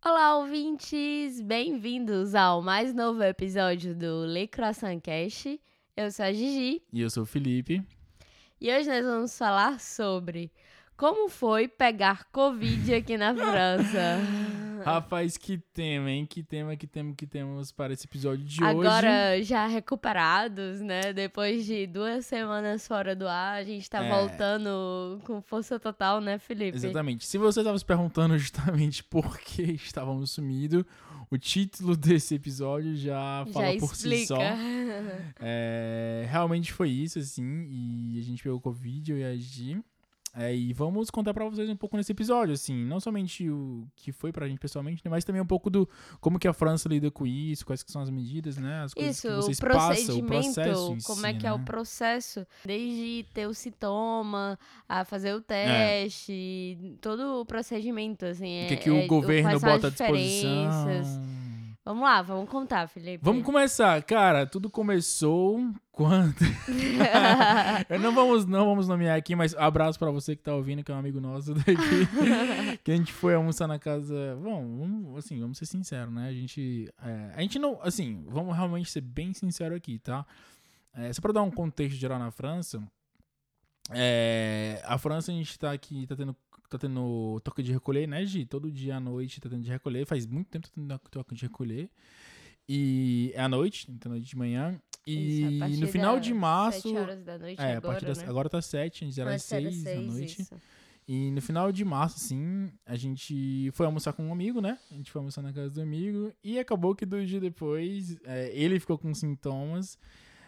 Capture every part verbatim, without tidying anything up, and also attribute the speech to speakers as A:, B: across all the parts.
A: Olá, ouvintes! Bem-vindos ao mais novo episódio do Le Croissant Cast. Eu sou a Gigi.
B: E eu sou o Felipe.
A: E hoje nós vamos falar sobre como foi pegar Covid aqui na França.
B: Rapaz, que tema, hein? Que tema, que tema, que temos para esse episódio de
A: Agora,
B: hoje.
A: já recuperados, né? Depois de duas semanas fora do ar, a gente tá
B: É.
A: voltando com força total, né, Felipe?
B: Exatamente. Se você estava se perguntando justamente por que estávamos sumidos, o título desse episódio já fala
A: Já
B: por si
A: explica.
B: só. É, realmente foi isso, assim, e a gente pegou Covid, eu e a Gi. É, e vamos contar pra vocês um pouco nesse episódio, assim, não somente o que foi pra gente pessoalmente, né, mas também um pouco do como que a França lida com isso, quais que são as medidas, né, as coisas
A: Isso,
B: que vocês
A: o procedimento,
B: passam, o processo em
A: como
B: si,
A: é que
B: né?
A: é o processo, desde ter o sintoma, a fazer o
B: É.
A: teste, todo o procedimento, assim,
B: O que,
A: é,
B: que o
A: é-
B: governo
A: quais são as
B: bota à disposição?
A: diferenças. Vamos lá, vamos contar, Felipe.
B: Vamos começar, cara, tudo começou quando... Eu não vamos, não vamos nomear aqui, mas abraço pra você que tá ouvindo, que é um amigo nosso daqui, que a gente foi almoçar na casa... Bom, vamos, assim, vamos ser sinceros, né? A gente, é, a gente não, assim, vamos realmente ser bem sinceros aqui, tá? É, só pra dar um contexto geral na França, é, a França a gente tá aqui, tá tendo, tá tendo toque de recolher, né, Gi? Todo dia à noite tá tendo de recolher, faz muito tempo que tá tendo toque de recolher. E é à noite, então noite de manhã.
A: Isso, a
B: E
A: partir
B: no final
A: das
B: de março.
A: sete horas da noite
B: É, a
A: agora,
B: partir das,
A: né?
B: agora tá sete, antes era às
A: Antes era
B: seis da
A: seis,
B: noite.
A: isso.
B: E no final de março, assim, a gente foi almoçar com um amigo, né? A gente foi almoçar na casa do amigo. E acabou que dois dias depois, é, ele ficou com sintomas.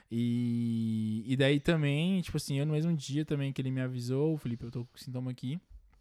B: E, e daí também, tipo assim, eu no mesmo dia também que ele me avisou, Felipe, eu tô com sintoma aqui.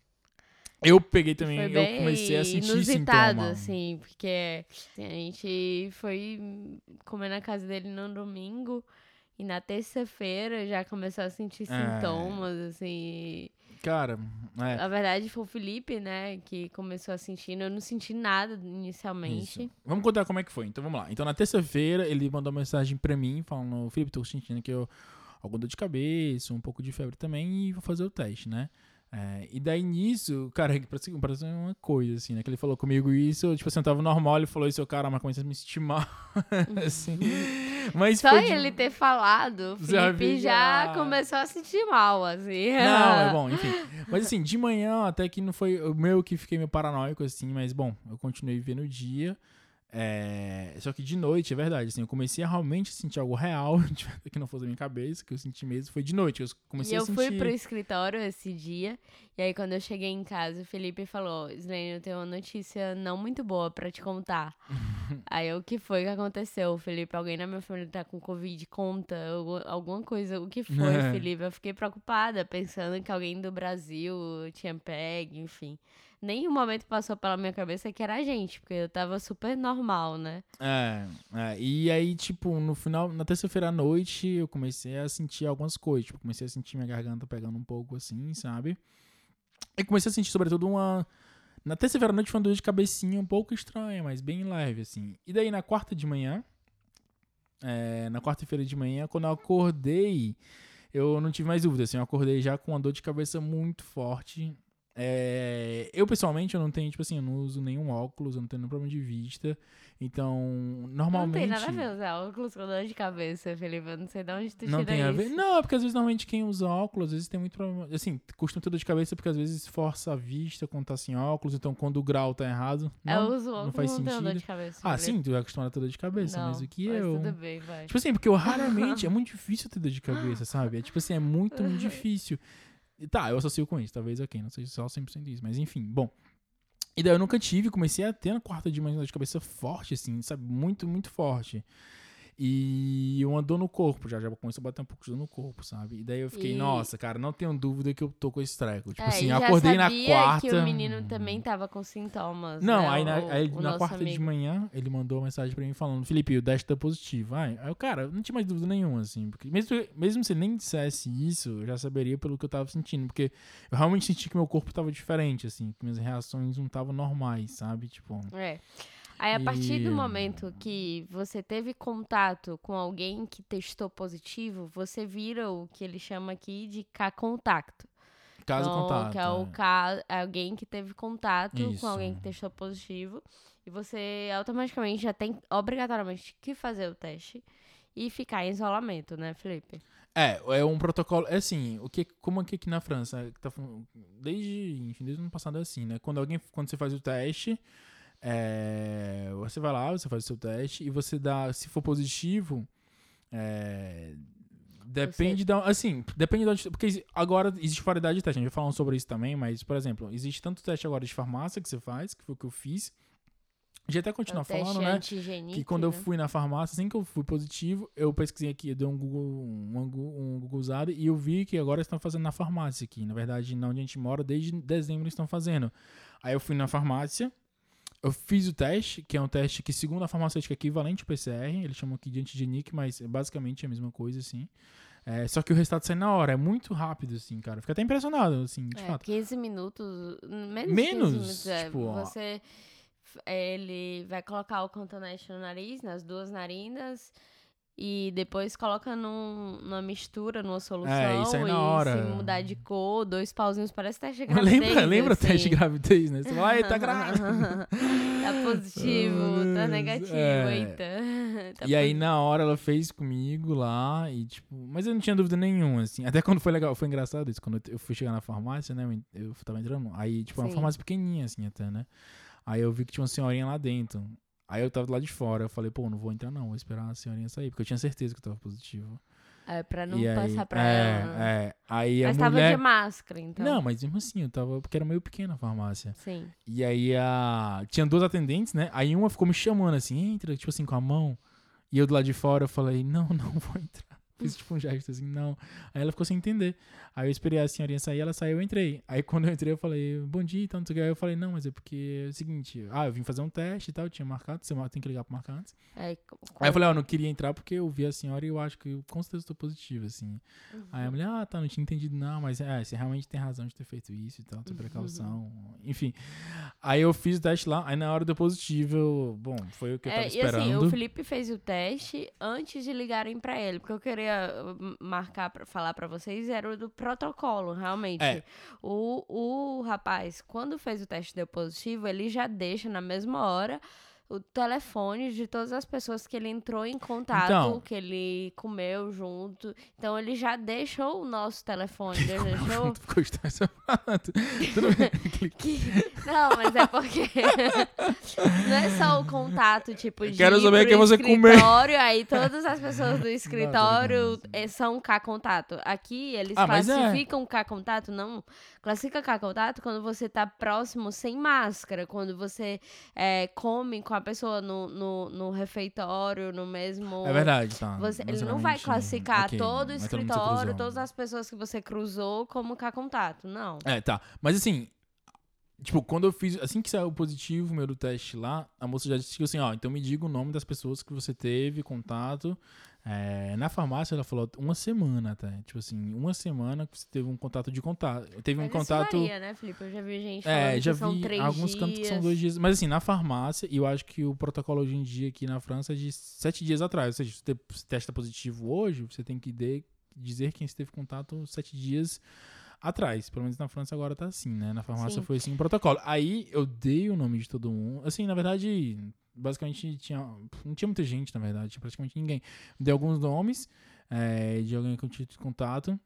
B: Eu peguei também,
A: Foi
B: eu
A: bem
B: comecei a sentir
A: inusitado,
B: sintoma.
A: assim, porque assim, a gente foi comer na casa dele no domingo e na terça-feira já começou a sentir sintomas, assim.
B: Cara, é.
A: Na verdade, foi o Felipe, né, que começou a sentir. Eu não senti nada inicialmente.
B: Isso. Vamos contar como é que foi. Então vamos lá. Então na terça-feira ele mandou uma mensagem pra mim falando: Felipe, tô sentindo que eu alguma dor de cabeça, um pouco de febre também e vou fazer o teste, né? É, e daí nisso, cara, parece, parece uma coisa assim, né? Que ele falou comigo isso, tipo assim, eu tava normal, ele falou isso, cara, mas comecei a me sentir mal, assim. Mas
A: Só
B: foi de-
A: ele ter falado, o
B: Já
A: Felipe
B: vi,
A: já
B: já.
A: começou a sentir mal, assim.
B: Não, é bom, enfim. Mas assim, de manhã até que não foi o meu que fiquei meio paranoico, assim, mas bom, eu continuei vivendo o dia. É... Só que de noite, é verdade, assim, eu comecei a realmente sentir algo real, que não fosse a minha cabeça, que eu senti mesmo, foi de noite. Eu comecei
A: E eu
B: a sentir.
A: fui pro escritório esse dia, e aí quando eu cheguei em casa, o Felipe falou: Slane, eu tenho uma notícia não muito boa pra te contar. Aí o que foi que aconteceu, Felipe? Alguém na minha família tá com Covid, conta, algu- alguma coisa. O que foi, Felipe? Eu fiquei preocupada, pensando que alguém do Brasil tinha pego, enfim. Nenhum momento passou pela minha cabeça que era a gente, porque eu tava super normal, né?
B: É, é, e aí, tipo, no final, na terça-feira à noite, eu comecei a sentir algumas coisas. Tipo, comecei a sentir minha garganta pegando um pouco assim, sabe? E comecei a sentir, sobretudo, uma. Na terça-feira à noite foi uma dor de cabecinha um pouco estranha, mas bem leve, assim. E daí, na quarta de manhã, é, na quarta-feira de manhã, quando eu acordei, eu não tive mais dúvida, assim, eu acordei já com uma dor de cabeça muito forte. É, eu, pessoalmente, eu não tenho, tipo assim, eu não uso nenhum óculos, eu não tenho nenhum problema de vista. Então, normalmente...
A: Não tem nada a ver usar óculos com dor de cabeça, Felipe. Eu não sei de onde tu
B: Não
A: tira
B: tem a ver?
A: isso.
B: Não, é porque às vezes, normalmente, quem usa óculos, às vezes tem muito problema... Assim, costuma ter dor de cabeça porque às vezes força a vista quando tá sem óculos. Então, quando o grau tá errado, não,
A: eu uso óculos,
B: não faz
A: não tenho dor
B: sentido.
A: de cabeça.
B: Ah,
A: Felipe.
B: sim, tu é acostumado a ter dor de cabeça,
A: Não,
B: mas o que
A: mas
B: eu...
A: tudo bem, vai.
B: Tipo assim, porque eu raramente... é muito difícil ter dor de cabeça, sabe? É tipo assim, é muito, muito difícil. E tá, eu associo com isso. Talvez, ok, não seja só cem por cento isso. Mas enfim, bom. E daí eu nunca tive, comecei a ter na quarta de manhã dor de cabeça forte, assim, sabe? Muito, muito forte. E uma dor no corpo, já, já começou a bater um pouco de dor no corpo, sabe? E daí eu fiquei,
A: E-
B: nossa, cara, não tenho dúvida que eu tô com esse treco. Tipo
A: É,
B: assim,
A: e
B: eu
A: já
B: acordei na
A: sabia
B: quarta...
A: que o menino também tava com sintomas,
B: Não,
A: né?
B: aí na,
A: o,
B: aí
A: o
B: na
A: nosso
B: quarta
A: amigo.
B: de manhã, ele mandou uma mensagem pra mim falando, Felipe, o teste tá positivo. Ai, aí eu, cara, não tinha mais dúvida nenhuma, assim. Porque mesmo, mesmo se ele nem dissesse isso, eu já saberia pelo que eu tava sentindo. Porque eu realmente senti que meu corpo tava diferente, assim. Que minhas reações não estavam normais, sabe? Tipo...
A: É. Aí, a partir do
B: E-
A: momento que você teve contato com alguém que testou positivo, você vira o que ele chama aqui de K-contacto.
B: Caso
A: então,
B: contato.
A: que é o
B: é.
A: caso, alguém que teve contato
B: Isso.
A: com alguém que testou positivo. E você automaticamente já tem, obrigatoriamente, que fazer o teste e ficar em isolamento, né, Felipe?
B: É, é um protocolo. É assim, o que, como aqui, aqui na França, é que tá, fun- desde, enfim, desde o ano passado é assim, né? Quando alguém, quando você faz o teste, é, você vai lá, você faz o seu teste e você dá, se for positivo, é, depende
A: Você-
B: da, assim, depende da, porque exi- agora existe variedade de teste, a gente vai falar sobre isso também, mas, por exemplo, existe tanto teste agora de farmácia que você faz, que foi o que eu fiz, a gente até
A: é
B: continuar
A: o teste
B: falando, né?
A: antigenic,
B: Que quando eu
A: né?
B: fui na farmácia, assim que eu fui positivo, eu pesquisei aqui, eu dei um Google, um, Google- um Googleizado e eu vi que agora estão fazendo na farmácia aqui. Na verdade, na onde a gente mora, desde dezembro eles estão fazendo. Aí eu fui na farmácia, eu fiz o teste, que é um teste que, segundo a farmacêutica, é equivalente ao P C R. Eles chamam aqui de antigenic, mas é basicamente a mesma coisa, assim. É, só que o resultado sai na hora, é muito rápido, assim, cara. Fica até impressionado, assim, de
A: É,
B: fato.
A: quinze minutos, menos,
B: Menos,
A: de quinze minutos, é,
B: tipo, ó.
A: você, ele vai colocar o cotonete no nariz, nas duas narinas, e depois coloca num, numa mistura, numa
B: É, isso aí
A: solução,
B: na
A: e se
B: hora.
A: mudar de cor, dois pauzinhos, parece teste de gravidez,
B: Lembra, lembra o
A: assim.
B: teste de gravidez, né? Você fala, ai, tá grávida.
A: Tá positivo,
B: Oh,
A: tá
B: meu Deus.
A: negativo,
B: É.
A: eita. Tá
B: E aí,
A: posi-
B: na hora, ela fez comigo lá e, tipo... Mas eu não tinha dúvida nenhuma, assim. Até quando foi legal, foi engraçado isso. Quando eu fui chegar na farmácia, né? Eu eu tava entrando. Aí, tipo, uma
A: Sim.
B: farmácia pequenininha, assim, até, né? Aí eu vi que tinha uma senhorinha lá dentro. Aí eu tava do lado de fora. Eu falei, pô, não vou entrar não. Vou esperar a senhorinha sair. Porque eu tinha certeza que eu tava positivo.
A: É, pra não
B: E aí,
A: passar pra
B: é,
A: ela. Né?
B: é. Aí
A: Mas
B: a
A: tava
B: mulher...
A: de máscara, então.
B: Não, mas mesmo assim, eu tava... Porque era meio pequena a farmácia.
A: Sim.
B: E aí a... tinha duas atendentes, né? Aí uma ficou me chamando assim, entra, tipo assim, com a mão. E eu do lado de fora, eu falei, não, não vou entrar. Fiz tipo um gesto assim, não. Aí ela ficou sem entender. Aí eu esperei a senhorinha sair, ela saiu, eu entrei. Aí quando eu entrei, eu falei, bom dia e tal, não sei o que. Aí eu falei, não, mas é porque é o seguinte, ah, eu vim fazer um teste e tal, tinha marcado, você tem que ligar pra marcar antes.
A: Aí, co-
B: Aí eu falei, ó, eu não queria entrar porque eu vi a senhora e eu acho que eu com certeza estou positivo, assim.
A: Uhum.
B: Aí a mulher, ah, tá, não tinha entendido não, mas é, você realmente tem razão de ter feito isso e tal, ter precaução, enfim. Aí eu fiz o teste lá, aí na hora do positivo, eu, bom, foi o que eu tava
A: É, e
B: esperando.
A: assim, o Felipe fez o teste antes de ligarem pra ele, porque eu queria uh, marcar, pra, falar pra vocês, era o do protocolo, realmente.
B: É.
A: O, o rapaz, quando fez o teste e deu positivo, ele já deixa na mesma hora o telefone de todas as pessoas que ele entrou em contato,
B: Então.
A: que ele comeu junto. Então ele já deixou o nosso telefone, ele deixou...
B: Ficou estranho essa parte. Tudo bem.
A: Que- Não, mas é porque não é só o contato, tipo, de
B: Quero
A: ir
B: saber
A: pro
B: quem você comer.
A: escritório, aí todas as pessoas do escritório
B: brincando,
A: eh, são K-contato. Aqui eles
B: Ah, mas é.
A: classificam K-contato, não, classifica K-contato quando você tá próximo sem máscara, quando você eh, come com a pessoa no, no, no refeitório, no mesmo...
B: É verdade, tá.
A: Você, ele não vai
B: Necessariamente,
A: classificar
B: ok,
A: todo o
B: mas todo mundo se
A: escritório,
B: cruzou.
A: todas as pessoas que você cruzou como K-contato, não.
B: É, tá. Mas assim, tipo, quando eu fiz, assim que saiu positivo o meu do teste lá, a moça já disse assim, ó, então me diga o nome das pessoas que você teve contato. É, na farmácia ela falou uma semana até, tipo assim, uma semana que você teve um contato de contato. Teve um
A: Mas
B: contato...
A: isso varia, né, Felipe? Eu já vi gente
B: É,
A: falando
B: já
A: que são
B: vi
A: três
B: alguns
A: dias.
B: cantos que são dois dias. Mas assim, na farmácia, e eu acho que o protocolo hoje em dia aqui na França é de sete dias atrás. Ou seja, se você te- testa positivo hoje, você tem que de- dizer quem você teve contato sete dias atrás. Pelo menos na França agora tá assim, né? Na farmácia
A: Sim.
B: foi assim o protocolo. Aí eu dei o nome de todo mundo. Assim, na verdade, basicamente tinha. Não tinha muita gente, na verdade, tinha praticamente ninguém. Dei alguns nomes é, de alguém que eu tinha contato.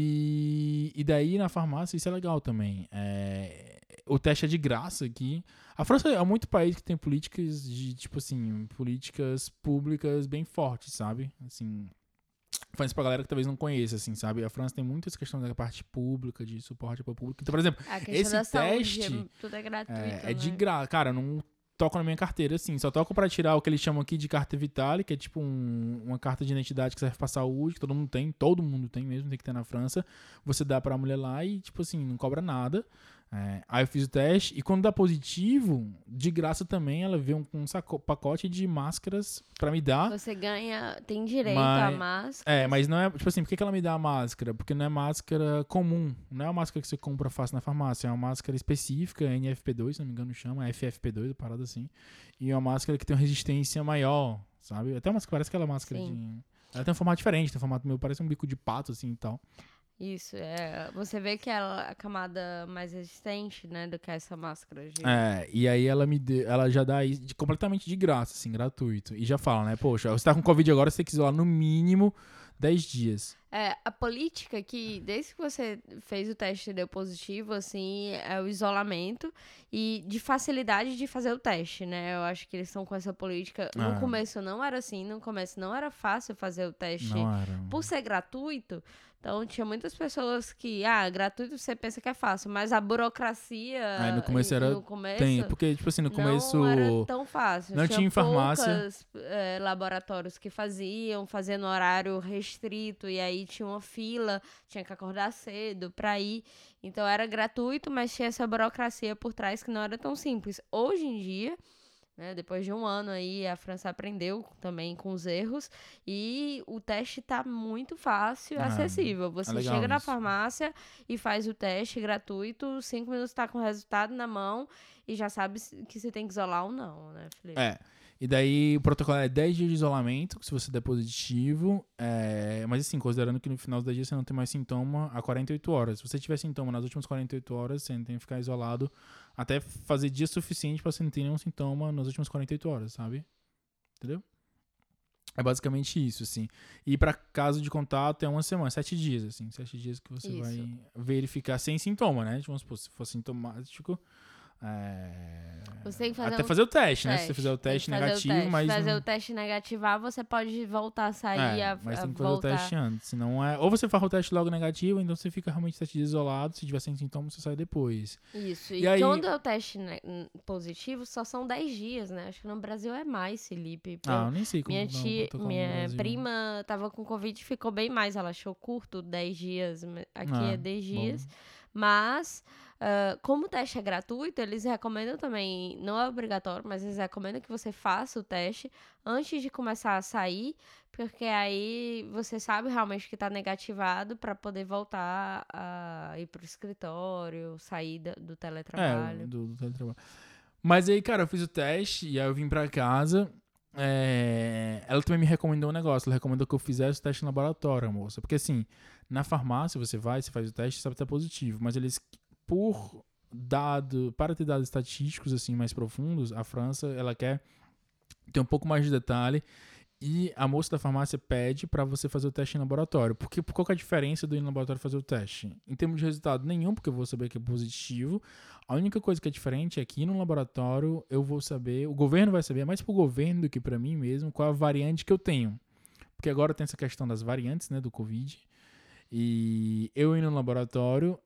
B: E, e daí na farmácia, isso é legal também. É, o teste é de graça aqui. A França é muito país que tem políticas de, tipo assim, políticas públicas bem fortes, sabe? Assim, faz pra galera que talvez não conheça, assim, sabe? A França tem muitas questões da parte pública, de suporte para público. Então, por exemplo,
A: A questão
B: esse
A: da saúde,
B: teste
A: é- tudo é gratuito,
B: é, é de
A: né?
B: graça. Cara, eu não toco na minha carteira, assim. Só toco pra tirar o que eles chamam aqui de carta vitale, que é tipo um- uma carta de identidade que serve pra saúde, que todo mundo tem. Todo mundo tem mesmo, tem que ter na França. Você dá pra mulher lá e, tipo assim, não cobra nada. É, aí eu fiz o teste e quando dá positivo, de graça também, ela vê um, um saco- pacote de máscaras pra me dar.
A: Você ganha, tem direito
B: Mas-
A: a máscara.
B: É, mas não é, tipo assim, por que que ela me dá a máscara? Porque não é máscara comum, não é uma máscara que você compra fácil na farmácia, é uma máscara específica, N F P dois, se não me engano chama, F F P dois, parada assim. E é uma máscara que tem uma resistência maior, sabe? Até uma que parece aquela máscara
A: Sim.
B: de... Ela tem um formato diferente, tem um formato meu, parece um bico de pato, assim, e tal.
A: Isso, é. Você vê que ela é a camada mais resistente, né, do que essa máscara de...
B: É, e aí ela me deu, ela já dá isso de, completamente de graça, assim, gratuito. E já fala, né, poxa, você tá com Covid agora, você tem que isolar no mínimo dez dias.
A: É, a política que, desde que você fez o teste e deu positivo, assim, é o isolamento e de facilidade de fazer o teste, né? Eu acho que eles estão com essa política. No
B: Ah.
A: começo não era assim, no começo não era fácil fazer o teste
B: Não era.
A: por ser gratuito. Então, tinha muitas pessoas que, ah, gratuito você pensa que é fácil, mas a burocracia...
B: Aí no começo era...
A: No começo,
B: Tem, porque, tipo assim, no começo...
A: não era tão fácil.
B: Não tinha em farmácia.
A: Poucas, é, laboratórios que faziam, fazendo horário restrito, e aí tinha uma fila, tinha que acordar cedo pra ir. Então, era gratuito, mas tinha essa burocracia por trás que não era tão simples. Hoje em dia... Né, depois de um ano aí, a França aprendeu também com os erros e o teste tá muito fácil e
B: Ah,
A: acessível. Você
B: é
A: chega na
B: isso.
A: farmácia e faz o teste gratuito, cinco minutos tá com o resultado na mão e já sabe que você tem que isolar ou não, né, Felipe?
B: É. E daí o protocolo é dez dias de isolamento, se você der positivo. É, mas assim, considerando que no final dos dez dias você não tem mais sintoma há quarenta e oito horas. Se você tiver sintoma nas últimas quarenta e oito horas, você tem que ficar isolado até fazer dia suficiente pra você não ter nenhum sintoma nas últimas quarenta e oito horas, sabe? Entendeu? É basicamente isso, assim. E pra caso de contato é uma semana, sete dias, assim. Sete dias que você
A: Isso.
B: vai verificar sem sintoma, né? Vamos supor, se for sintomático... É...
A: Você tem que fazer
B: Até
A: um
B: fazer o teste, né?
A: teste.
B: Se você fizer o
A: Tem que
B: teste
A: fazer
B: negativo,
A: o teste.
B: mas.
A: fazer
B: não...
A: o teste negativar, você pode voltar a sair,
B: é,
A: a,
B: mas
A: a
B: tem que fazer
A: voltar.
B: o teste antes. Senão é. Ou você faz o teste logo negativo, então você fica realmente sete dias isolado. Se tiver sem sintomas, você sai depois.
A: Isso.
B: E
A: E,
B: aí-
A: quando é o teste né, positivo, só são dez dias, né? Acho que no Brasil é mais, Felipe.
B: Ah, eu nem sei como
A: Minha,
B: não,
A: tia,
B: protocolo no
A: minha
B: Brasil.
A: prima tava com Covid e ficou bem mais. Ela achou curto, dez dias. Aqui
B: Ah,
A: é dez
B: bom.
A: dias. Mas, ah, como o teste é gratuito, eles recomendam também, não é obrigatório, mas eles recomendam que você faça o teste antes de começar a sair, porque aí você sabe realmente que tá negativado para poder voltar a ir pro escritório, sair do, do
B: É,
A: teletrabalho.
B: do, do teletrabalho. Mas aí, cara, eu fiz o teste e aí eu vim pra casa. É, ela também me recomendou um negócio. Ela recomendou que eu fizesse o teste no laboratório, moça. Porque assim, na farmácia você vai, você faz o teste, sabe que tá positivo. Mas eles, por dado, para ter dados estatísticos assim mais profundos, a França, ela quer ter um pouco mais de detalhe. E a moça da farmácia pede pra você fazer o teste em laboratório. Porque qual que é a diferença do ir no laboratório fazer o teste? Em termos de resultado, nenhum, porque eu vou saber que é positivo. A única coisa que é diferente é que no laboratório eu vou saber, o governo vai saber, é mais pro governo do que pra mim mesmo, qual a variante que eu tenho. Porque agora tem essa questão das variantes, né, do Covid. E eu indo no laboratório,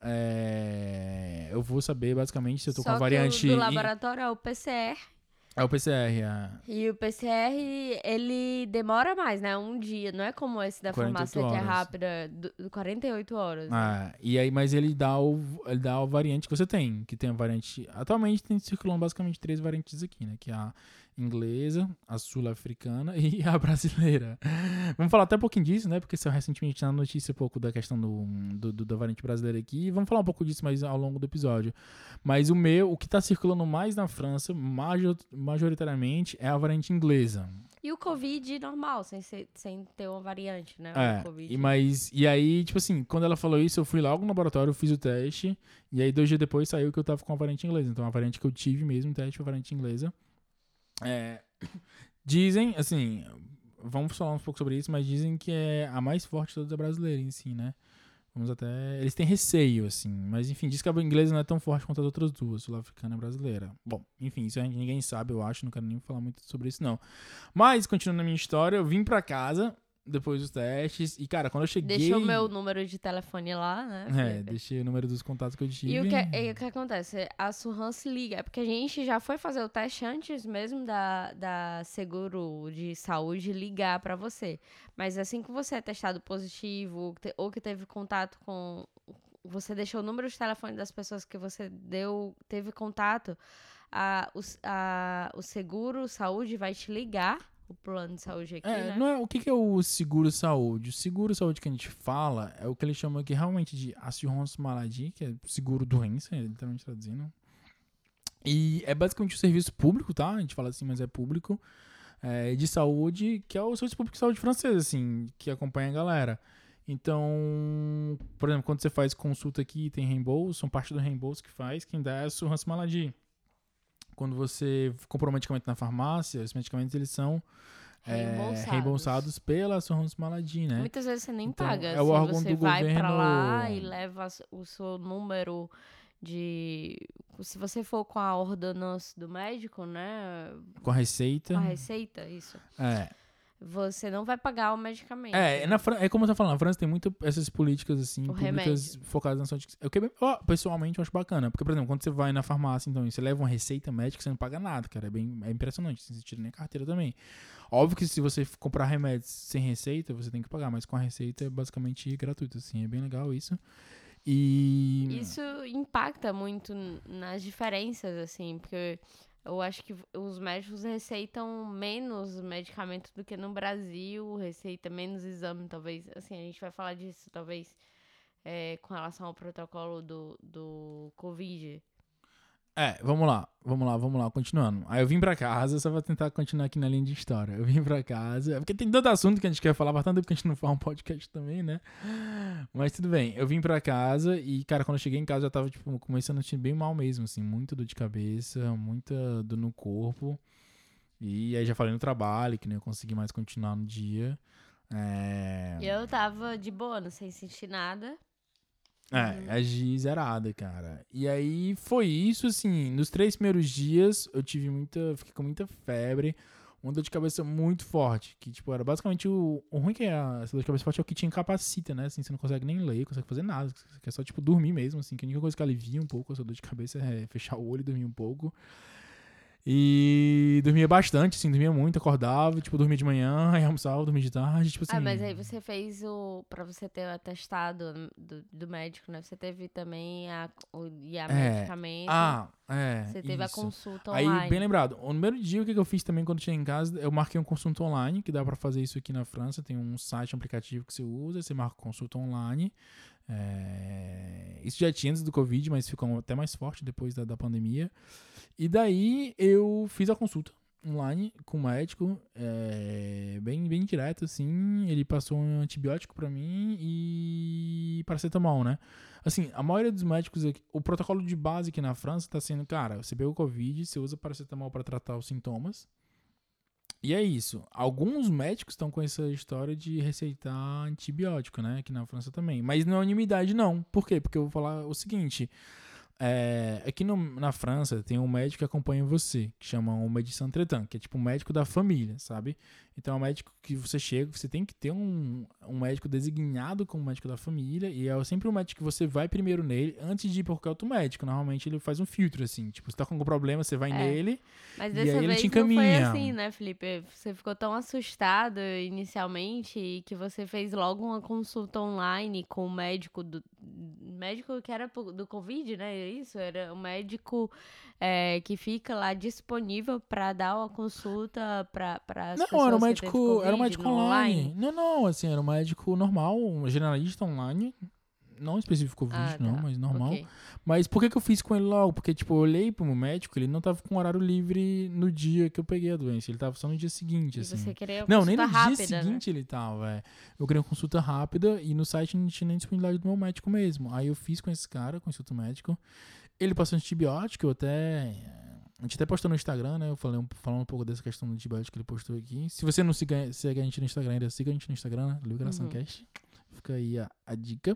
B: é, eu vou saber basicamente se eu tô
A: Só
B: com a variante.
A: que o do
B: em-
A: laboratório é o P C R.
B: É o P C R, a
A: E o P C R, ele demora mais, né? Um dia. Não é como esse da
B: quarenta e oito
A: farmácia que é
B: horas.
A: rápida, do, do quarenta e oito horas. né?
B: Ah, e aí, mas ele dá, o, ele dá a variante que você tem, que tem a variante. Atualmente tem circulando basicamente três variantes aqui, né? Que é a inglesa, a sul-africana e a brasileira. Vamos falar até um pouquinho disso, né? Porque saiu recentemente na notícia um pouco da questão do, do, do- da variante brasileira aqui. E vamos falar um pouco disso mais ao longo do episódio. Mas o meu, o que tá circulando mais na França, major, majoritariamente, é a variante inglesa.
A: E o Covid normal, sem, ser- sem ter uma variante, né?
B: É,
A: o COVID.
B: e, mas, e aí, tipo assim, quando ela falou isso, eu fui logo no laboratório, fiz o teste, e aí dois dias depois saiu que eu tava com a variante inglesa. Então a variante que eu tive mesmo, o teste foi a variante inglesa. É, dizem, assim, vamos falar um pouco sobre isso, mas dizem que é a mais forte de todas a brasileira em si, né? Vamos até. Eles têm receio, assim, mas enfim, diz que a inglesa não é tão forte quanto as outras duas, sul-africana e brasileira. Bom, enfim, isso a gente- ninguém sabe, eu acho, não quero nem falar muito sobre isso, não. Mas, continuando a minha história, eu vim pra casa depois dos testes, e cara, quando eu cheguei.
A: Deixou o meu número de telefone lá, né?
B: É,
A: Felipe?
B: deixei o número dos contatos que eu tive.
A: E o que, e o que acontece? A Surran se liga. É porque a gente já foi fazer o teste antes mesmo da, da seguro de saúde ligar pra você. Mas assim que você é testado positivo te- ou que teve contato com. Você deixou o número de telefone das pessoas que você deu, teve contato, a, o, s- a, o seguro saúde vai te ligar. O plano de saúde aqui,
B: É,
A: né?
B: não é, o que, que é o seguro-saúde? O seguro-saúde que a gente fala é o que eles chamam aqui realmente de assurance maladie, que é seguro-doença, literalmente traduzindo. E é basicamente um serviço público, tá? A gente fala assim, mas é público, é, de saúde, que é o serviço público de saúde francês, assim, que acompanha a galera. Então, por exemplo, quando você faz consulta aqui, tem reembolso, são parte do reembolso que faz, quem dá é a Surrança Maladi. Quando você comprou um medicamento na farmácia, os medicamentos eles são
A: Reembolsados.
B: É, reembolsados pela Surrança Maladi, né?
A: Muitas vezes você nem
B: Então,
A: paga.
B: é o
A: assim,
B: órgão
A: você
B: do
A: vai
B: governo...
A: pra lá e leva o seu número de... Se você for com a ordenança do médico, né?
B: Com a receita.
A: Com a receita, isso.
B: É.
A: Você não vai pagar o medicamento.
B: É,
A: né?
B: na Fran- é como eu tô falando, na França tem muito essas políticas, assim,
A: O
B: públicas
A: remédio.
B: focadas na saúde. Eu, que- eu, pessoalmente, eu acho bacana. Porque, por exemplo, quando você vai na farmácia, então, e você leva uma receita médica, você não paga nada, cara. É bem é impressionante. Você tira nem a carteira também. Óbvio que se você comprar remédios sem receita, você tem que pagar, mas com a receita é basicamente gratuito, assim. É bem legal isso. E...
A: Isso impacta muito n- nas diferenças, assim, porque eu acho que os médicos receitam menos medicamento do que no Brasil, receita menos exame, talvez. Assim, a gente vai falar disso, talvez, é, com relação ao protocolo do, do Covid.
B: É, vamos lá, vamos lá, vamos lá, continuando. Aí eu vim pra casa, só pra tentar continuar aqui na linha de história. Eu vim pra casa, porque tem tanto assunto que a gente quer falar, bastante tempo que a gente não fala um podcast também, né? Mas tudo bem, eu vim pra casa e, cara, quando eu cheguei em casa já tava, tipo, começando a sentir bem mal mesmo, assim, muita dor de cabeça, muita dor no corpo. E aí já falei no trabalho que não ia conseguir mais continuar no dia. É...
A: E eu tava de boa, não sem sentir nada.
B: É, agi zerada, cara. E aí foi isso, assim, nos três primeiros dias eu tive muita, fiquei com muita febre, uma dor de cabeça muito forte, que, tipo, era basicamente o, o ruim que é a, essa dor de cabeça forte é o que te incapacita, né, assim, você não consegue nem ler, não consegue fazer nada, você quer só, tipo, dormir mesmo, assim, que a única coisa que alivia um pouco a sua dor de cabeça é fechar o olho e dormir um pouco. E dormia bastante, assim, dormia muito, acordava, tipo, dormia de manhã, aí almoçava, dormia de tarde, tipo assim...
A: Ah, mas aí você fez o... Pra você ter o atestado do, do médico, né? Você teve também a, o, e a
B: É.
A: medicamento.
B: Ah, é,
A: Você teve
B: isso.
A: a consulta
B: Aí,
A: online.
B: bem lembrado, o primeiro dia o que que eu fiz também quando cheguei em casa, eu marquei uma consulta online, que dá pra fazer isso aqui na França, tem um site, um aplicativo que você usa, você marca consulta online. É, isso já tinha antes do Covid, mas ficou até mais forte depois da, da pandemia. E daí eu fiz a consulta online com o médico, é, bem, bem direto, assim. Ele passou um antibiótico pra mim e paracetamol, né? Assim, a maioria dos médicos aqui, o protocolo de base aqui na França tá sendo, cara, você pegou Covid, você usa paracetamol pra tratar os sintomas. E é isso. Alguns médicos estão com essa história de receitar antibiótico, né? Aqui na França também. Mas não é unanimidade, não. Por quê? Porque eu vou falar o seguinte. É, aqui no, na França tem um médico que acompanha você, que chama o médecin traitant, que é tipo um médico da família, sabe? Então é um médico que você chega, você tem que ter um, um médico designado como médico da família, e é sempre um médico que você vai primeiro nele, antes de ir por qualquer outro médico. Normalmente ele faz um filtro, assim, tipo, você tá com algum problema, você vai
A: É.
B: nele,
A: Mas
B: e
A: dessa
B: aí ele
A: vez
B: te
A: não foi
B: encaminha.
A: assim, né, Felipe? Você ficou tão assustado inicialmente que você fez logo uma consulta online com o médico do médico que era pro- do Covid, né? Isso era o médico é, que fica lá disponível para dar uma consulta para as
B: Não,
A: pessoas
B: era um
A: que teve
B: médico,
A: Covid
B: era um médico
A: no
B: online. Não, não, assim, era um médico normal, um generalista online. Não específico Covid,
A: Ah,
B: não,
A: tá.
B: mas normal.
A: Ok.
B: Mas por que que eu fiz com ele logo? Porque, tipo, eu olhei pro meu médico, ele não tava com horário livre no dia que eu peguei a doença. Ele tava só no dia seguinte,
A: E
B: assim.
A: você queria uma
B: Não, nem
A: consulta
B: no dia
A: rápida, né?
B: seguinte ele tava, é. Eu queria uma consulta rápida e no site não tinha nem disponibilidade do meu médico mesmo. Aí eu fiz com esse cara, consulta médico. Ele passou antibiótico, eu até... A gente até postou no Instagram, né? Eu falei um, falando um pouco dessa questão do antibiótico que ele postou aqui. Se você não siga, segue a gente no Instagram ainda, siga a gente no Instagram, né? Liberação
A: Uhum.
B: Cast. Fica aí a, a dica.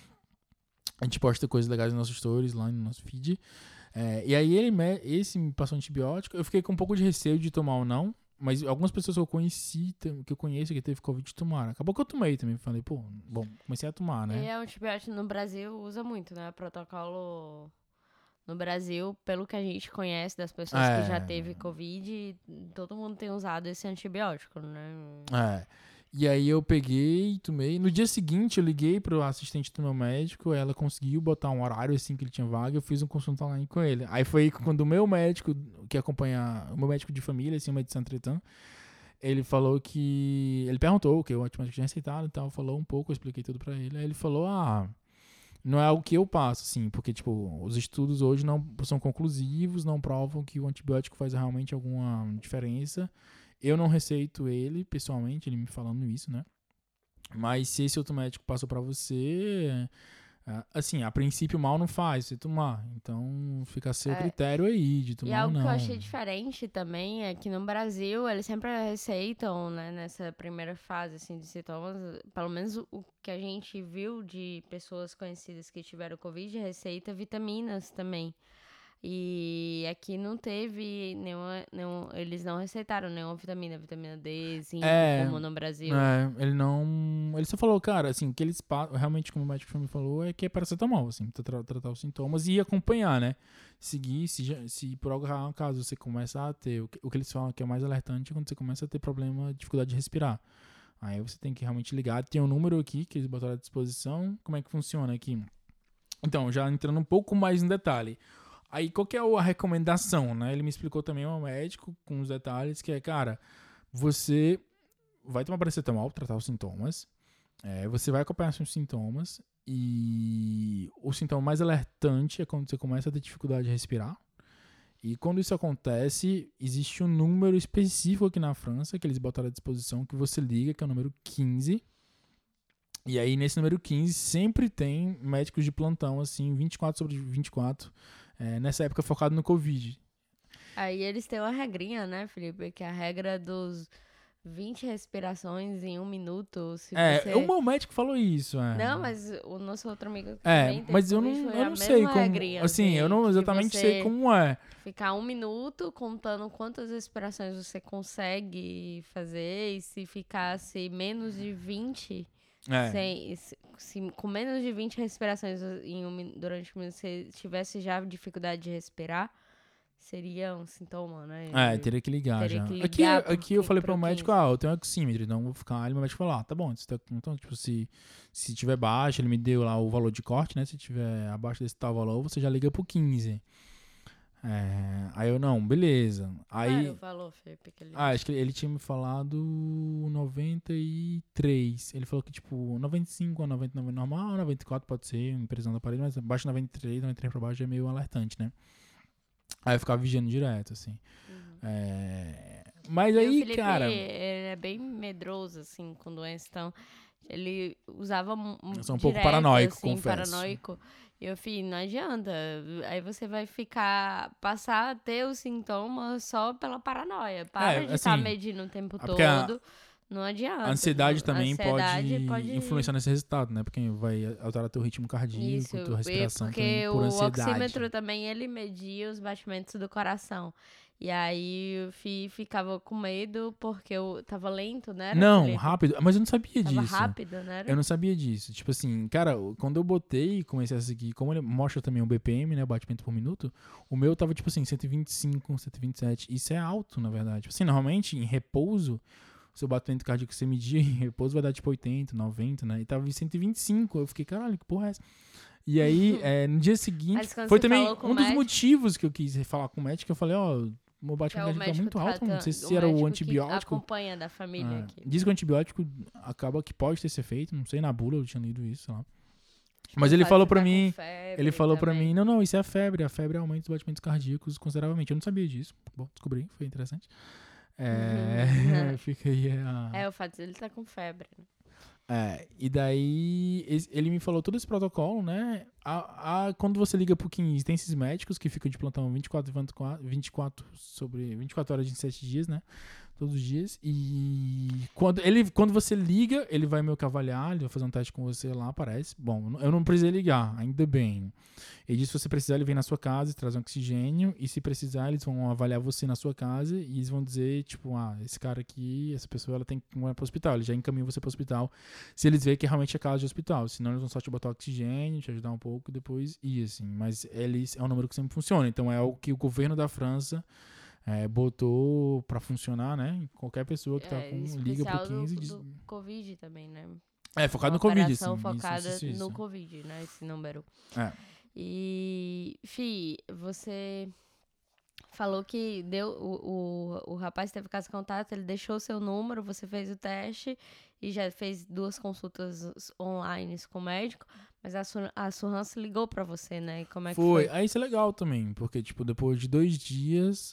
B: A gente posta coisas legais nos nossos stories, lá no nosso feed. É, e aí ele me, esse me passou antibiótico. Eu fiquei com um pouco de receio de tomar ou não. Mas algumas pessoas que eu conheci, que eu conheço que teve Covid tomaram. Acabou que eu tomei também. Falei, pô, bom, comecei a tomar, né?
A: E o antibiótico no Brasil usa muito, né? Protocolo no Brasil, pelo que a gente conhece das pessoas
B: É.
A: que já teve Covid, todo mundo tem usado esse antibiótico, né?
B: É. E aí eu peguei, tomei. No dia seguinte eu liguei pro assistente do meu médico, ela conseguiu botar um horário assim que ele tinha vaga, eu fiz um consulta online com ele. Aí foi quando o meu médico, que acompanha, o meu médico de família, assim, o médico Traitant, ele falou que, ele perguntou o que o antibiótico tinha receitado e tal, falou um pouco, eu expliquei tudo pra ele. Aí ele falou, ah, não é algo que eu passo, assim, porque, tipo, os estudos hoje não são conclusivos, não provam que o antibiótico faz realmente alguma diferença. Eu não receito ele, pessoalmente, ele me falando isso, né? Mas se esse outro médico passou pra você, é, assim, a princípio mal não faz você tomar. Então fica a seu
A: É,
B: critério aí de
A: e
B: tomar ou
A: algo que eu
B: não.
A: achei diferente também é que no Brasil eles sempre receitam, né, nessa primeira fase assim, de sintomas, pelo menos o o que a gente viu de pessoas conhecidas que tiveram Covid, receita vitaminas também. E aqui não teve nenhuma, nenhum, eles não receitaram nenhuma vitamina, vitamina D, zinco,
B: É,
A: como no Brasil.
B: é, ele não. Ele só falou, cara, assim, que eles pa- realmente, como o médico me falou, é que é paracetamol, assim, pra tra- tratar os sintomas e acompanhar, né? Seguir, se, já- se por algum acaso você começa a ter, o que, o que eles falam que é mais alertante é quando você começa a ter problema, dificuldade de respirar. Aí você tem que realmente ligar. Tem um número aqui que eles botaram à disposição. Como é que funciona aqui? Então, já entrando um pouco mais em detalhe. Aí, qual que é a recomendação, né? Ele me explicou também, um médico, com os detalhes, que é, cara, você vai tomar paracetamol, tratar os sintomas, é, você vai acompanhar seus sintomas, e o sintoma mais alertante é quando você começa a ter dificuldade de respirar. E quando isso acontece, existe um número específico aqui na França, que eles botaram à disposição, que você liga, que é o número quinze. E aí, nesse número quinze, sempre tem médicos de plantão, assim, vinte e quatro sobre vinte e quatro, é, nessa época focado no Covid.
A: Aí eles têm uma regrinha, né, Felipe? Que é a regra dos vinte respirações em um minuto. Se
B: É, o
A: você.
B: meu médico falou isso, é.
A: Não, mas o nosso outro amigo que
B: É,
A: também teve
B: mas eu
A: Covid
B: não,
A: foi
B: eu
A: a
B: não sei
A: mesma
B: como.
A: regrinha.
B: Assim, eu
A: Que,
B: não
A: que
B: exatamente sei
A: você
B: como é.
A: ficar um minuto contando quantas respirações você consegue fazer. E se ficasse menos de vinte.
B: É,
A: Sem, se, se com menos de vinte respirações em um, min- durante um minuto você tivesse já dificuldade de respirar, seria um sintoma, né?
B: é,
A: E
B: teria que ligar
A: teria
B: já.
A: que
B: Aqui,
A: ligar pro,
B: aqui eu
A: quin-
B: falei pro
A: pro
B: médico,
A: quinze.
B: ah, eu tenho oxímetro, então eu vou ficar. Aí meu médico falou, ah, tá bom, você tá, então, tipo, se, se tiver baixo, ele me deu lá o valor de corte, né? Se tiver abaixo desse tal valor, você já liga pro quinze. É, aí eu, não, beleza.
A: Qual era o
B: Aí,
A: valor, Felipe, que ele
B: ah, acho
A: disse?
B: que ele tinha me falado noventa e três. Ele falou que, tipo, noventa e cinco a noventa e nove é normal, noventa e quatro pode ser, impressão do aparelho, mas abaixo de noventa e três, noventa e três pra baixo é meio alertante, né? Aí eu ficava vigiando direto, assim.
A: Uhum.
B: É, mas
A: E o
B: aí,
A: Felipe,
B: cara,
A: ele é bem medroso, assim, com doença, então ele usava mu- mu-
B: eu sou um pouco
A: direto,
B: paranoico,
A: assim,
B: confesso.
A: paranoico. E eu, filho, não adianta. Aí você vai ficar, passar a ter os sintomas só pela paranoia. Para
B: É,
A: de estar
B: assim,
A: medindo o tempo
B: é porque a
A: todo. Não adianta.
B: a ansiedade
A: A
B: também
A: ansiedade
B: pode,
A: pode.
B: influenciar nesse resultado, né? Porque vai alterar teu ritmo
A: Isso,
B: cardíaco, tua
A: e
B: respiração também
A: porque
B: por
A: o
B: ansiedade.
A: oxímetro também ele media os batimentos do coração. E aí eu fi- ficava com medo porque eu tava lento, né, era,
B: Não,
A: Felipe?
B: rápido, mas eu não sabia
A: Tava
B: disso.
A: rápido, né? Era?
B: Eu não sabia disso. Tipo assim, cara, quando eu botei e comecei a seguir, como ele mostra também o B P M, né, o batimento por minuto, o meu tava tipo assim, cento e vinte e cinco, cento e vinte e sete. Isso é alto, na verdade. Tipo assim, normalmente em repouso, o seu batimento cardíaco que você medir em repouso vai dar tipo oitenta, noventa, né? E tava em cento e vinte e cinco. Eu fiquei, caralho, que porra é essa? E aí, é, no dia seguinte,
A: Mas quando
B: foi
A: você
B: também
A: falou com
B: um
A: o
B: dos
A: médico-
B: motivos que eu quis falar com o médico, eu falei, ó, meu
A: Que é
B: batimento
A: o
B: cardíaco tá
A: médico
B: muito alto, não sei
A: tratando,
B: se
A: o
B: era o
A: médico que
B: antibiótico.
A: acompanha da família
B: Ah,
A: aqui.
B: diz que o antibiótico acaba que pode ter esse efeito, não sei, na bula eu tinha lido isso, sei lá.
A: Tipo,
B: Mas
A: o
B: ele
A: fato
B: falou
A: de
B: pra
A: tá com
B: mim,
A: febre
B: ele falou pra
A: também.
B: mim, não, não, isso é a febre, a febre aumenta os batimentos cardíacos consideravelmente. Eu não sabia disso. Bom, descobri, foi interessante. É, fica aí a...
A: É, o fato de ele tá com febre. Né?
B: É, e daí esse- ele me falou todo esse protocolo, né? A, a- quando você liga pro quinze, tem esses médicos que ficam de plantão vinte e quatro, vinte e quatro sobre vinte e quatro horas de sete dias, né? Todos os dias. E quando, ele, quando você liga, ele vai meio que avaliar, ele vai fazer um teste com você lá, parece. Bom, eu não precisei ligar, ainda bem. Ele disse que se você precisar, ele vem na sua casa e traz um oxigênio. E se precisar, eles vão avaliar você na sua casa e eles vão dizer, tipo, ah, esse cara aqui, essa pessoa, ela tem que ir pro hospital. Ele já encaminha você pro hospital. Se eles verem que realmente é caso de hospital. Senão, eles vão só te botar oxigênio, te ajudar um pouco e depois ir, assim. Mas eles é um número que sempre funciona. Então, é o que o governo da França é, botou pra funcionar, né? Qualquer pessoa que tá
A: É,
B: com... Liga
A: especial
B: pro quinze e
A: do,
B: diz...
A: do Covid também, né?
B: É, focado
A: Uma
B: no Covid,
A: operação
B: assim.
A: focada
B: Isso, isso, isso,
A: no
B: isso.
A: Covid, né? Esse número.
B: É.
A: E, Fi, você falou que deu o, o, o rapaz teve caso de contato, ele deixou o seu número, você fez o teste e já fez duas consultas online com o médico, mas a, Sur, a Surrance ligou pra você, né? E como é
B: Foi.
A: que foi?
B: Aí isso é legal também, porque, tipo, depois de dois dias,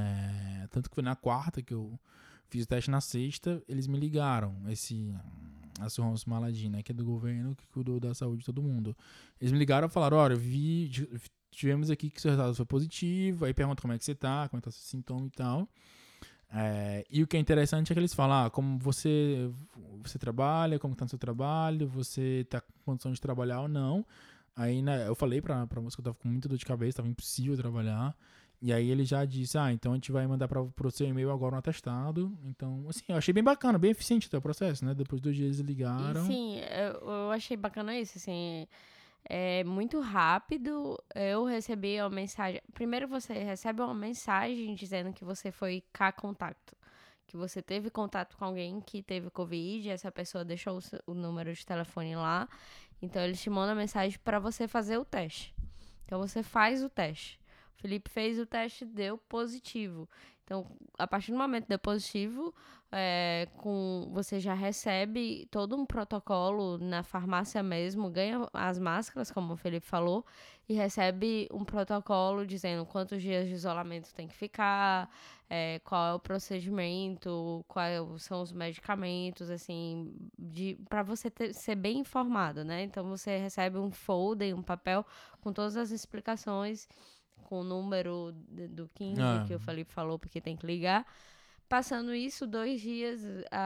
B: é, tanto que foi na quarta que eu fiz o teste, na sexta, eles me ligaram. Esse, a Sorrons Maladi, né? Que é do governo, que cuidou da saúde de todo mundo. Eles me ligaram e falaram, olha, vi, tivemos aqui que seu resultado foi positivo, aí pergunta como é que você tá, como é que tá seu sintoma e tal. É, e o que é interessante é que eles falam, ah, como você, você trabalha, como tá no seu trabalho, você tá com condição de trabalhar ou não. Aí né, eu falei pra, pra moça que eu tava com muita dor de cabeça, tava impossível trabalhar. E aí ele já disse, ah, então a gente vai mandar pra, pro seu e-mail agora um atestado. Então, assim, eu achei bem bacana, bem eficiente até o processo, né? Depois de dois dias eles ligaram.
A: E sim, eu, eu achei bacana isso, assim, é muito rápido. Eu recebi uma mensagem, primeiro você recebe uma mensagem dizendo que você foi K contato, que você teve contato com alguém que teve Covid, e essa pessoa deixou o, seu, o número de telefone lá, então eles te mandam a mensagem para você fazer o teste. Então você faz o teste. O Felipe fez o teste, deu positivo. Então, a partir do momento que deu positivo, é, com, você já recebe todo um protocolo na farmácia mesmo, ganha as máscaras, como o Felipe falou, e recebe um protocolo dizendo quantos dias de isolamento tem que ficar, é, qual é o procedimento, quais são os medicamentos, assim, para você ter, ser bem informado, né? Então, você recebe um folder, um papel com todas as explicações, com o número do quinze ah. que o Felipe falou, porque tem que ligar. Passando isso, dois dias,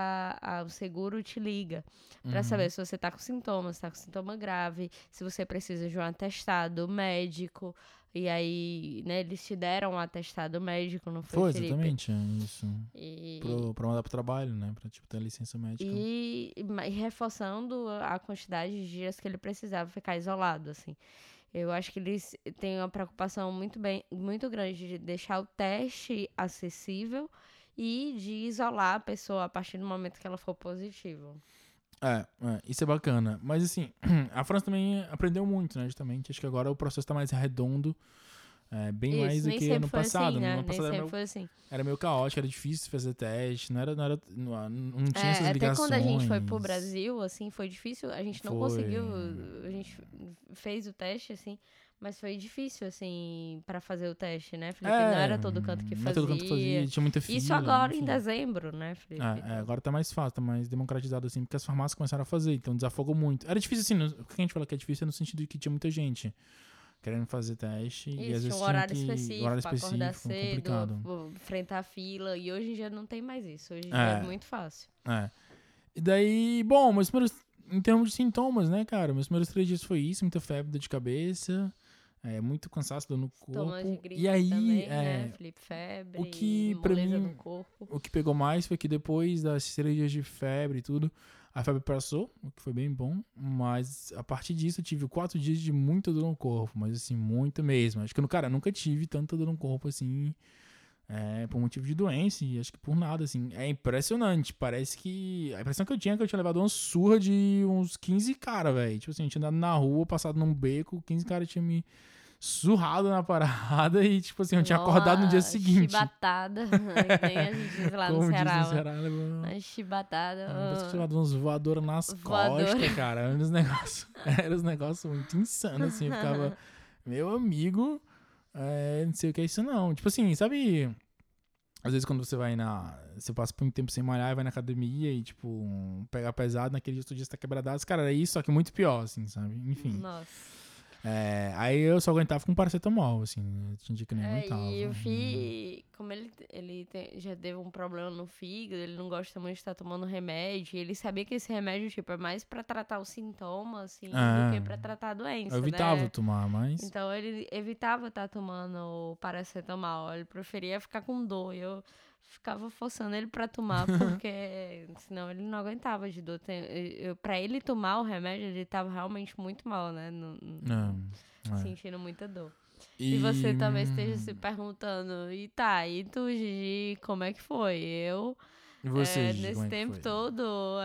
A: a, a, o seguro te liga para uhum. saber se você tá com sintomas, se tá com sintoma grave, se você precisa de um atestado médico. E aí, né, eles te deram um atestado médico, não foi,
B: Foi,
A: Felipe?
B: exatamente, é isso. E... Pro, pra mandar pro trabalho, né, pra, tipo, ter licença médica.
A: E, e reforçando a quantidade de dias que ele precisava ficar isolado, assim. Eu acho que eles têm uma preocupação muito, bem, muito grande de deixar o teste acessível e de isolar a pessoa a partir do momento que ela for positiva.
B: É, é, isso é bacana. Mas, assim, a França também aprendeu muito, né, justamente. Acho que agora o processo tá mais redondo, é, bem
A: isso,
B: mais do que ano passado.
A: Assim, né?
B: No ano passado
A: nem
B: era meio,
A: foi assim.
B: Era meio caótico, era difícil fazer teste, não, era, não, era, não, não tinha é, essas ligações.
A: Até quando a gente foi pro Brasil, assim, foi difícil. A gente não foi. conseguiu, a gente fez o teste, assim, mas foi difícil, assim, pra fazer o teste, né, Felipe? É, não era todo canto que fazia. Não era todo canto que fazia,
B: tinha muita fila.
A: Isso agora
B: enfim.
A: em dezembro, né, Felipe?
B: É, é, agora tá mais fácil, tá mais democratizado, assim, porque as farmácias começaram a fazer, então desafogou muito. Era difícil, assim, no, o que a gente fala que é difícil é no sentido de que tinha muita gente querendo fazer teste. Isso, e às vezes
A: um horário
B: tinha que,
A: específico,
B: horário específico,
A: acordar cedo,
B: complicado.
A: enfrentar a fila, e hoje em dia não tem mais isso, hoje em é, dia é muito fácil.
B: É. E daí, bom, meus primeiros, em termos de sintomas, né, cara, meus primeiros três dias foi isso, muita febre, dor de cabeça, é, muito cansaço, dor no corpo.
A: De gripe
B: e aí,
A: também,
B: é,
A: né, Felipe, febre,
B: o que pra mim,
A: no corpo.
B: O que pegou mais foi que depois das três dias de febre e tudo, a febre passou, o que foi bem bom, mas a partir disso eu tive quatro dias de muita dor no corpo, mas assim, muita mesmo. Acho que, cara, eu nunca tive tanta dor no corpo assim, é, por motivo de doença, e acho que por nada, assim. É impressionante, parece que... A impressão que eu tinha é que eu tinha levado uma surra de uns quinze caras, velho. Tipo assim, eu tinha andado na rua, passado num beco, quinze caras tinham me surrado na parada e, tipo assim, eu tinha Nossa, acordado no dia seguinte.
A: Chibatada, que nem a gente diz lá
B: Como
A: no Ceará.
B: Diz no Ceará levou...
A: Uma chibatada.
B: Parece que tinha levado uns voadores nas
A: Voador.
B: costas, cara. Era uns negócios era uns negócios muito insanos, assim. Eu ficava, meu amigo, é, não sei o que é isso não. Tipo assim, sabe... Às vezes quando você vai na... Você passa por um tempo sem malhar e vai na academia e, tipo, pegar pesado, naquele dia, outro dia você tá quebradaço. Cara, era isso, só que muito pior, assim, sabe? Enfim.
A: Nossa.
B: É, aí eu só aguentava com paracetamol, assim, tinha dia que nem
A: é,
B: aguentava.
A: E o Fih, como ele, ele tem, já teve um problema no fígado, ele não gosta muito de estar tomando remédio, e ele sabia que esse remédio, tipo, é mais pra tratar os sintomas, assim, é, do que pra tratar a doença,
B: eu evitava
A: né?
B: tomar, mas...
A: Então ele evitava estar tomando paracetamol, ele preferia ficar com dor, e eu ficava forçando ele pra tomar, porque senão ele não aguentava de dor. Eu, pra ele tomar o remédio, ele tava realmente muito mal, né? No, no, é, é. Sentindo muita dor. E... e você talvez esteja se perguntando, e tá, e tu, Gigi, como é que foi? Eu,
B: e você,
A: é,
B: Gigi,
A: nesse tempo
B: foi?
A: todo,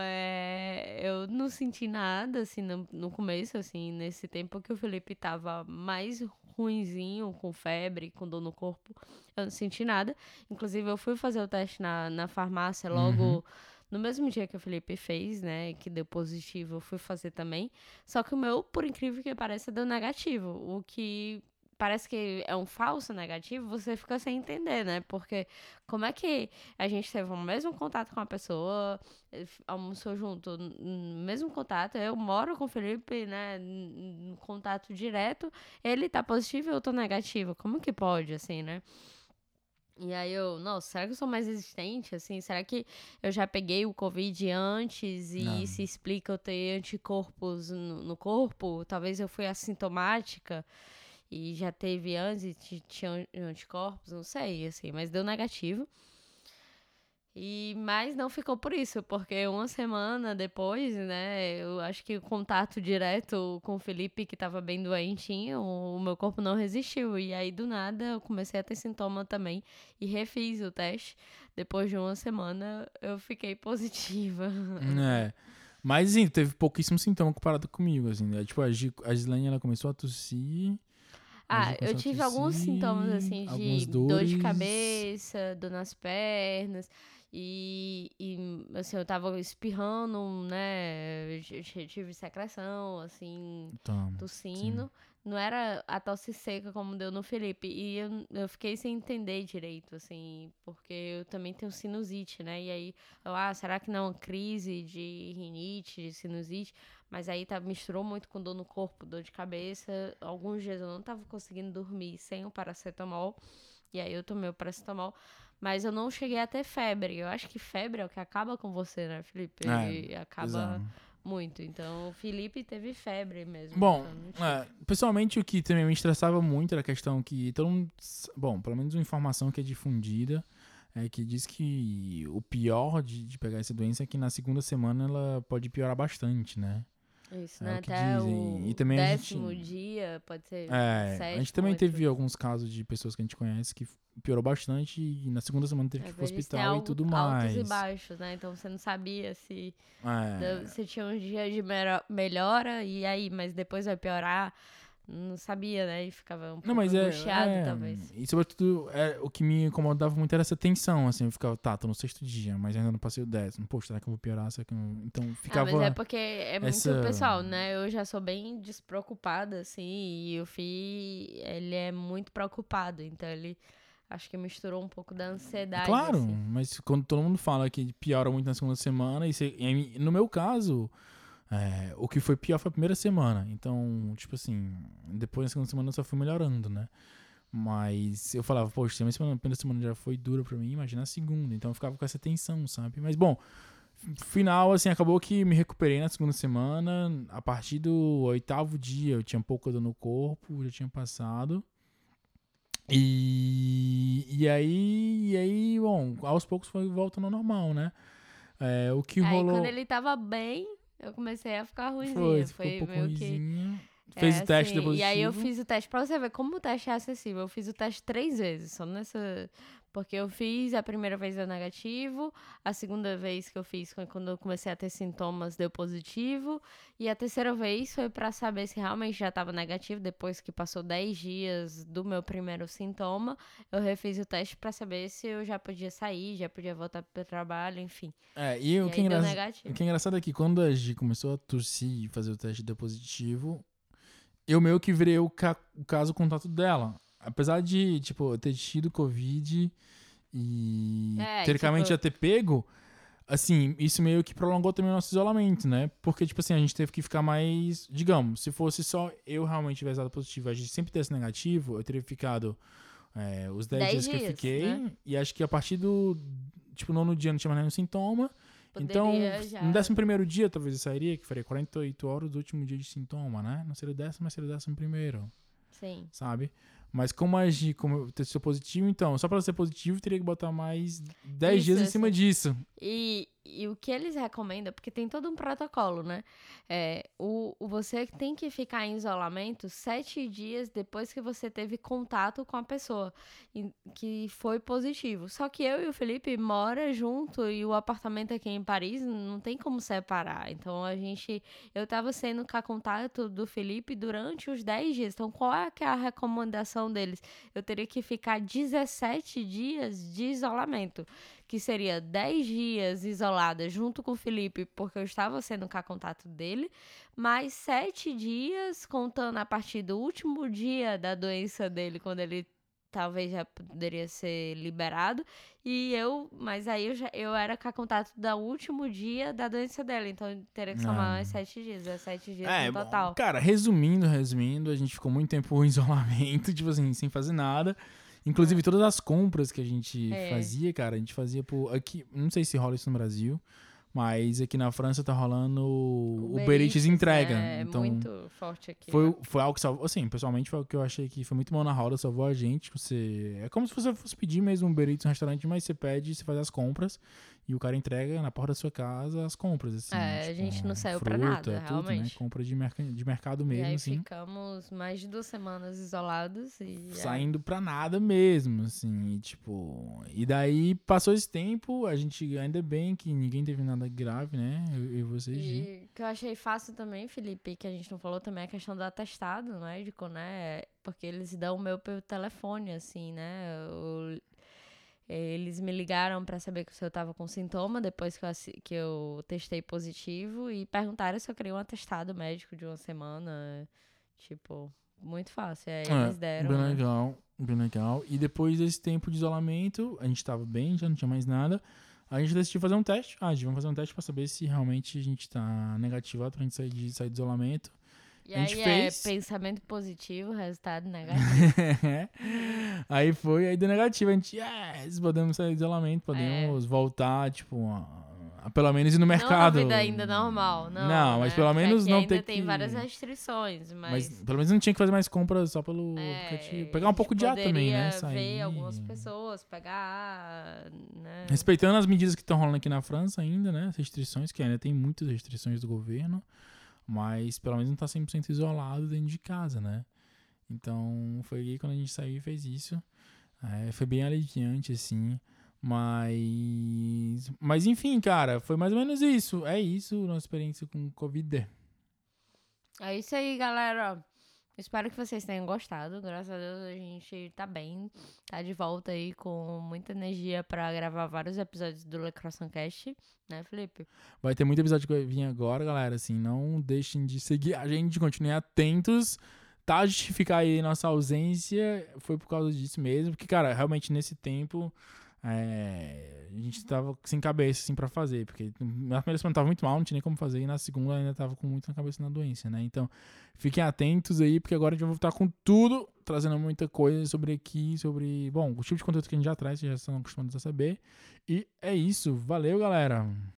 A: é, eu não senti nada, assim, no, no começo, assim, nesse tempo que o Felipe tava mais ruinzinho, com febre, com dor no corpo, eu não senti nada. Inclusive, eu fui fazer o teste na, na farmácia logo uhum. no mesmo dia que o Felipe fez, né, que deu positivo, eu fui fazer também. Só que o meu, por incrível que pareça, deu negativo, o que parece que é um falso negativo, você fica sem entender, né? Porque como é que a gente teve o mesmo contato com a pessoa, almoçou junto, no mesmo contato, eu moro com o Felipe, né, no contato direto, ele tá positivo e eu tô negativa. Como que pode, assim, né? E aí eu, nossa, será que eu sou mais resistente, assim? Será que eu já peguei o Covid antes e
B: Não.
A: isso explica eu ter anticorpos no, no corpo? Talvez eu fui assintomática e já teve antes e t- tinha anticorpos, não sei, assim, mas deu negativo. E, mas não ficou por isso, porque uma semana depois, né, eu acho que o contato direto com o Felipe, que tava bem doentinho, o meu corpo não resistiu. E aí, do nada, eu comecei a ter sintoma também e refiz o teste. Depois de uma semana, eu fiquei positiva.
B: É. Mas, assim, teve pouquíssimo sintoma comparado comigo, assim, né? Tipo, a, Gi, a Gislaine, ela começou a tossir, a
A: Ah,
B: Gi
A: eu
B: começou a
A: tive alguns sintomas,
B: tossir,
A: assim,
B: algumas
A: de dor de
B: dores.
A: cabeça, dor nas pernas, e, e assim, eu tava espirrando, né, eu t- tive secreção, assim,
B: Então, sim.
A: tossindo. Não era a tosse seca como deu no Felipe, e eu, eu fiquei sem entender direito, assim, porque eu também tenho sinusite, né, e aí, eu, ah, será que não é uma crise de rinite, de sinusite? Mas aí tá, misturou muito com dor no corpo, dor de cabeça. Alguns dias eu não tava conseguindo dormir sem o paracetamol. E aí eu tomei o paracetamol. Mas eu não cheguei a ter febre. Eu acho que febre é o que acaba com você, né, Felipe?
B: É,
A: E acaba
B: exato.
A: muito. Então o Felipe teve febre mesmo.
B: Bom,
A: Eu não tive.
B: é, pessoalmente o que também me estressava muito era a questão que todo mundo, bom, pelo menos uma informação que é difundida, é que diz que o pior de, de pegar essa doença é que na segunda semana ela pode piorar bastante, né?
A: Isso,
B: É
A: né?
B: o que
A: Até
B: dizem. E
A: o
B: também a gente.
A: décimo dia, pode ser
B: É, a gente
A: sétimo,
B: também
A: oitavo
B: teve
A: dia.
B: alguns casos de pessoas que a gente conhece que piorou bastante e na segunda semana teve que ir
A: Às
B: pro
A: vezes tem
B: hospital e
A: algo,
B: tudo
A: altos e
B: mais.
A: baixos, né? Então você não sabia se da-
B: É,
A: você tinha um dia de mero- melhora e aí, mas depois vai piorar. Não sabia, né? E ficava um
B: não,
A: pouco
B: mas é,
A: angustiado,
B: é.
A: talvez.
B: E sobretudo, é, o que me incomodava muito era essa tensão, assim. Eu ficava, tá, tô no sexto dia, mas ainda não passei o décimo. Poxa, será que eu vou piorar? Será que eu... não- Então
A: Ah, mas é
B: ficava
A: porque é muito
B: essa.
A: pessoal, né? Eu já sou bem despreocupada, assim, e o Fi, ele é muito preocupado, então ele acho que misturou um pouco da
B: É
A: ansiedade,
B: claro,
A: assim.
B: mas quando todo mundo fala que piora muito na segunda semana, e, você- e no meu caso, é, o que foi pior foi a primeira semana. Então, tipo assim, depois na segunda semana eu só fui melhorando, né? Mas eu falava, poxa, se a minha semana- a primeira semana já foi dura pra mim, imagina a segunda. Então eu ficava com essa tensão, sabe? Mas bom, final, assim, acabou que me recuperei na segunda semana. A partir do oitavo dia eu tinha pouca dor no corpo, já tinha passado. E, e aí, e aí, bom, aos poucos foi voltando ao normal, né? É, o que
A: Aí quando
B: rolou
A: ele tava bem, eu comecei a ficar
B: foi,
A: ruinzinha.
B: ficou um
A: Foi
B: pouco
A: meio que.
B: ruimzinho. Fez
A: É,
B: o teste, deu
A: assim, e aí eu
B: positivo.
A: fiz o teste, pra você ver como o teste é acessível, eu fiz o teste três vezes, só nessa, porque eu fiz a primeira vez deu negativo, a segunda vez que eu fiz foi quando eu comecei a ter sintomas deu positivo, e a terceira vez foi pra saber se realmente já tava negativo, depois que passou dez dias do meu primeiro sintoma, eu refiz o teste pra saber se eu já podia sair, já podia voltar pro trabalho, enfim,
B: É, e
A: e
B: o que é,
A: aí deu
B: engra... o
A: negativo.
B: que é engraçado é que quando a Gi começou a tossir e fazer o teste deu positivo, eu meio que virei o, ca... o caso contato dela. Apesar de, tipo, eu ter tido Covid e
A: É, tipo,
B: teoricamente já ter pego, assim, isso meio que prolongou também o nosso isolamento, né? Porque, tipo assim, a gente teve que ficar mais. Digamos, se fosse só eu realmente tivesse dado positivo, a gente sempre tivesse negativo, eu teria ficado é, os dez
A: dez
B: dias que eu
A: dias, né,
B: fiquei, e acho que a partir do. Tipo, nono dia não tinha mais nenhum sintoma. Então,
A: poderia
B: no
A: já,
B: décimo primeiro dia, talvez eu sairia, que faria quarenta e oito horas do último dia de sintoma, né? Não seria o décimo, mas seria o décimo primeiro,
A: sim.
B: sabe? Mas como agir, como eu testou positivo, então, só pra ser positivo, teria que botar mais dez
A: Isso,
B: dias em cima
A: assim.
B: disso.
A: E, e o que eles recomendam, porque tem todo um protocolo, né? É, o, o você tem que ficar em isolamento sete dias depois que você teve contato com a pessoa e- que foi positivo. Só que eu e o Felipe mora junto e o apartamento aqui em Paris não tem como separar. Então a gente, eu tava sendo com a contato do Felipe durante os dez dias. Então qual é que é a recomendação deles? Eu teria que ficar dezessete dias de isolamento, que seria dez dias dias isolada junto com o Felipe, porque eu estava sendo cá contato dele, mais sete dias contando a partir do último dia da doença dele, quando ele talvez já poderia ser liberado, e eu, mas aí eu, já, eu era com contato do último dia da doença dela, então eu teria que somar
B: Ah.
A: mais sete dias, é sete dias
B: É,
A: no
B: bom,
A: total.
B: cara, resumindo, resumindo, a gente ficou muito tempo em isolamento, tipo assim, sem fazer nada. Inclusive,
A: É.
B: todas as compras que a gente
A: É.
B: fazia, cara, a gente fazia por aqui, não sei se rola isso no Brasil, mas aqui na França tá rolando o Uber Eats entrega.
A: Né?
B: Então,
A: É muito forte aqui.
B: Foi,
A: né?
B: foi algo que salvou, assim, pessoalmente foi o que eu achei que foi muito bom na roda, salvou a gente. Você, é como se você fosse pedir mesmo um Uber Eats no restaurante, mas você pede, você faz as compras e o cara entrega na porta da sua casa as compras, assim.
A: É,
B: tipo,
A: a gente não saiu
B: fruta,
A: pra nada,
B: tudo,
A: realmente.
B: né? Compra de, merc de mercado
A: E
B: mesmo,
A: aí
B: assim.
A: ficamos mais de duas semanas isolados e...
B: Saindo pra nada mesmo, assim, e, tipo... E daí, passou esse tempo, a gente, ainda bem que ninguém teve nada grave, né? Eu e vocês, Gi.
A: E o que eu achei fácil também, Felipe, que a gente não falou também, é a questão do atestado médico, né? Porque eles dão o meu pelo telefone, assim, né? O- Eles me ligaram pra saber se eu tava com sintoma depois que eu, assi- que eu testei positivo e perguntaram se eu queria um atestado médico de uma semana. Tipo, muito fácil. Aí eles
B: É,
A: deram,
B: bem
A: né?
B: legal, bem legal. E depois desse tempo de isolamento, a gente tava bem, já não tinha mais nada. A gente decidiu fazer um teste. Ah, gente, vamos fazer um teste pra saber se realmente a gente tá negativado pra gente sair de, sair de isolamento.
A: E
B: A gente
A: aí
B: fez.
A: é pensamento positivo, resultado negativo.
B: Aí foi, aí deu negativo. A gente, yes, podemos sair de isolamento, podemos voltar, tipo, a, a pelo menos ir no mercado.
A: Não na vida ainda normal, não.
B: Não, mas
A: né?
B: pelo
A: Porque
B: menos
A: aqui
B: não
A: ainda
B: ter
A: tem
B: que...
A: várias restrições,
B: Mas
A: mas...
B: pelo menos não tinha que fazer mais compras só pelo
A: é,
B: aplicativo. Pegar um pouco de ar também, né?
A: poderia
B: Sair.
A: ver algumas pessoas, pegar, né?
B: Respeitando as medidas que estão rolando aqui na França ainda, né? As restrições, que ainda tem muitas restrições do governo. Mas pelo menos não tá cem por cento isolado dentro de casa, né? Então foi aí quando a gente saiu e fez isso. É, foi bem aliviante, assim. Mas. Mas enfim, cara, foi mais ou menos isso. É isso, nossa experiência com Covid.
A: É isso aí, galera. Espero que vocês tenham gostado. Graças a Deus a gente tá bem. Tá de volta aí com muita energia pra gravar vários episódios do Le Croissant Cast. Né, Felipe?
B: Vai ter muito episódio que vai vir agora, galera. Assim, não deixem de seguir a gente, continuem atentos. Tá, justificar aí nossa ausência. Foi por causa disso mesmo. Porque, cara, realmente nesse tempo. É, a gente tava sem cabeça, assim, pra fazer, porque na primeira semana tava muito mal, não tinha nem como fazer, e na segunda ainda tava com muito na cabeça na doença, né? Então, fiquem atentos aí, porque agora a gente vai voltar com tudo, trazendo muita coisa sobre aqui, sobre, bom, o tipo de conteúdo que a gente já traz, vocês já estão acostumados a saber. E é isso, valeu, galera!